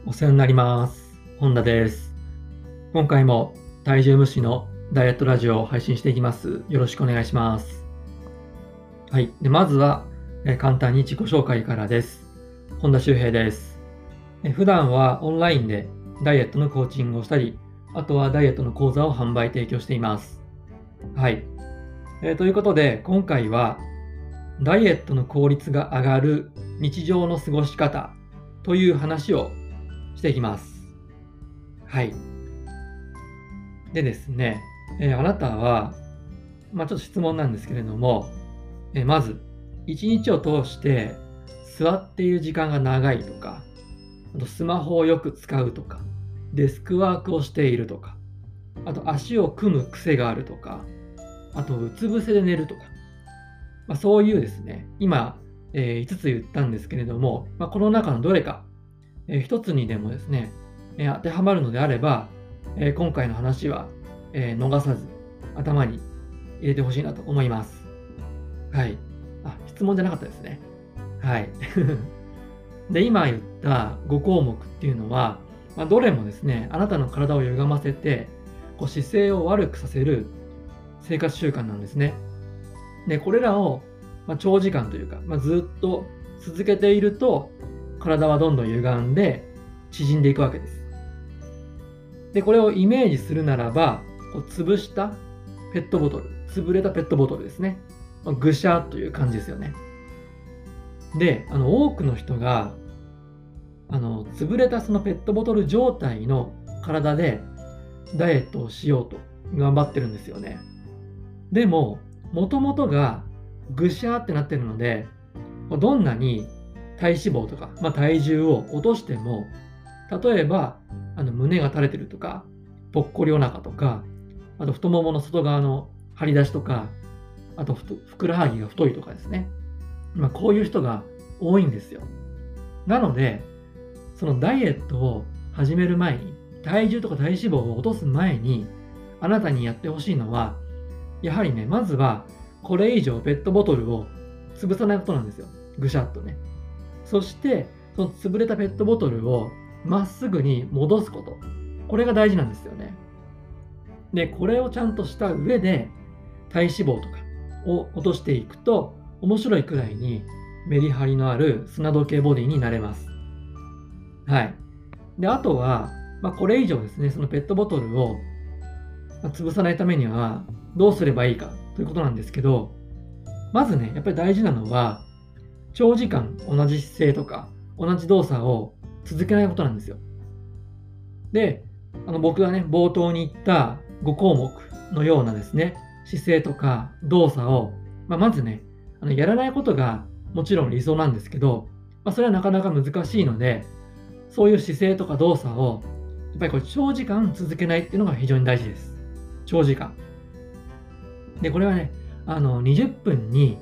お世話になります。本田です。今回も体重無視のダイエットラジオを配信していきます。よろしくお願いします。はい。まずは、簡単に自己紹介からです。本田修平です。普段はオンラインでダイエットのコーチングをしたり、あとはダイエットの講座を販売提供しています。はい。ということで、今回はダイエットの効率が上がる日常の過ごし方という話をしていきます。はい。でですね、あなたは、ちょっと質問なんですけれども、まず、一日を通して座っている時間が長いとか、あとスマホをよく使うとか、デスクワークをしているとか、あと足を組む癖があるとか、あとうつ伏せで寝るとか、そういうですね、今、5つ言ったんですけれども、この中のどれか、1つにでもですね、当てはまるのであれば、今回の話は、逃さず頭に入れてほしいなと思います。はい。質問じゃなかったですね。はい。で、今言った5項目っていうのは、どれもですね、あなたの体を歪ませて、姿勢を悪くさせる生活習慣なんですね。で、これらを、長時間というか、ずっと続けていると、体はどんどん歪んで縮んでいくわけです。で、これをイメージするならば、潰したペットボトル、潰れたペットボトルですね。ぐしゃという感じですよね。で、多くの人が、潰れたそのペットボトル状態の体でダイエットをしようと頑張ってるんですよね。でも、もともとがぐしゃってなってるので、どんなに体脂肪とか、体重を落としても、例えば、胸が垂れてるとか、ぽっこりお腹とか、あと太ももの外側の張り出しとか、あとふくらはぎが太いとかですね。こういう人が多いんですよ。なので、そのダイエットを始める前に、体重とか体脂肪を落とす前に、あなたにやってほしいのは、やはりね、まずは、これ以上ペットボトルを潰さないことなんですよ。ぐしゃっとね。そして、その潰れたペットボトルをまっすぐに戻すこと。これが大事なんですよね。で、これをちゃんとした上で、体脂肪とかを落としていくと、面白いくらいにメリハリのある砂時計ボディになれます。はい。で、あとは、これ以上ですね、そのペットボトルを潰さないためにはどうすればいいかということなんですけど、まずね、やっぱり大事なのは、長時間同じ姿勢とか同じ動作を続けないことなんですよ。で、僕がね、冒頭に言った5項目のようなですね、姿勢とか動作を、まずね、やらないことがもちろん理想なんですけど、それはなかなか難しいので、そういう姿勢とか動作を、やっぱりこれ長時間続けないっていうのが非常に大事です。長時間。で、これはね、20分に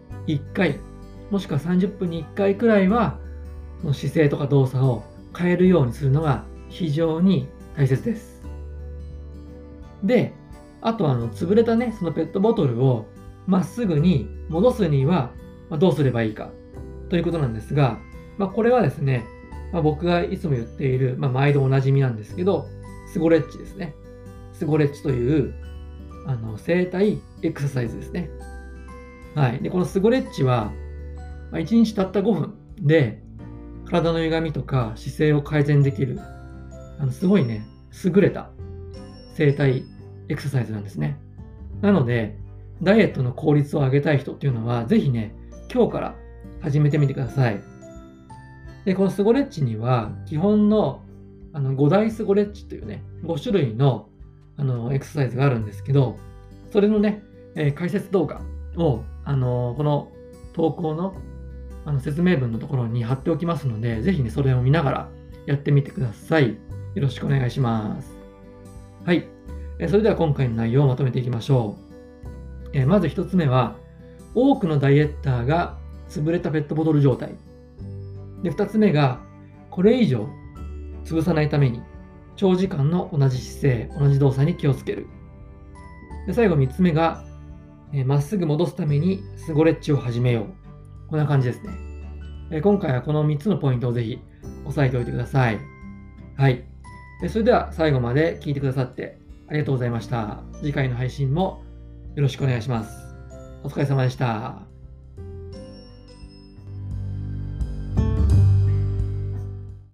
1回、もしくは30分に1回くらいは、その姿勢とか動作を変えるようにするのが非常に大切です。で、あと潰れたね、そのペットボトルをまっすぐに戻すには、どうすればいいかということなんですが、これはですね、僕がいつも言っている、毎度おなじみなんですけど、スゴレッチですね。スゴレッチという整体エクササイズですね。はい。で、このスゴレッチは、1日たった5分で体の歪みとか姿勢を改善できる、すごいね、優れた整体エクササイズなんですね。なので、ダイエットの効率を上げたい人っていうのは、ぜひね、今日から始めてみてください。で、このスゴレッチには、基本の5大スゴレッチというね、5種類のエクササイズがあるんですけど、それのね、解説動画を、この投稿の説明文のところに貼っておきますので、ぜひね、それを見ながらやってみてください。よろしくお願いします。はい。それでは今回の内容をまとめていきましょう。まず1つ目は、多くのダイエッターが潰れたペットボトル状態。で、2つ目が、これ以上潰さないために、長時間の同じ姿勢、同じ動作に気をつける。で、最後3つ目が、まっすぐ戻すためにスゴレッチを始めよう。こんな感じですね。今回はこの3つのポイントをぜひ押さえておいてください。 はい。それでは最後まで聞いてくださってありがとうございました。次回の配信もよろしくお願いします。お疲れ様でした。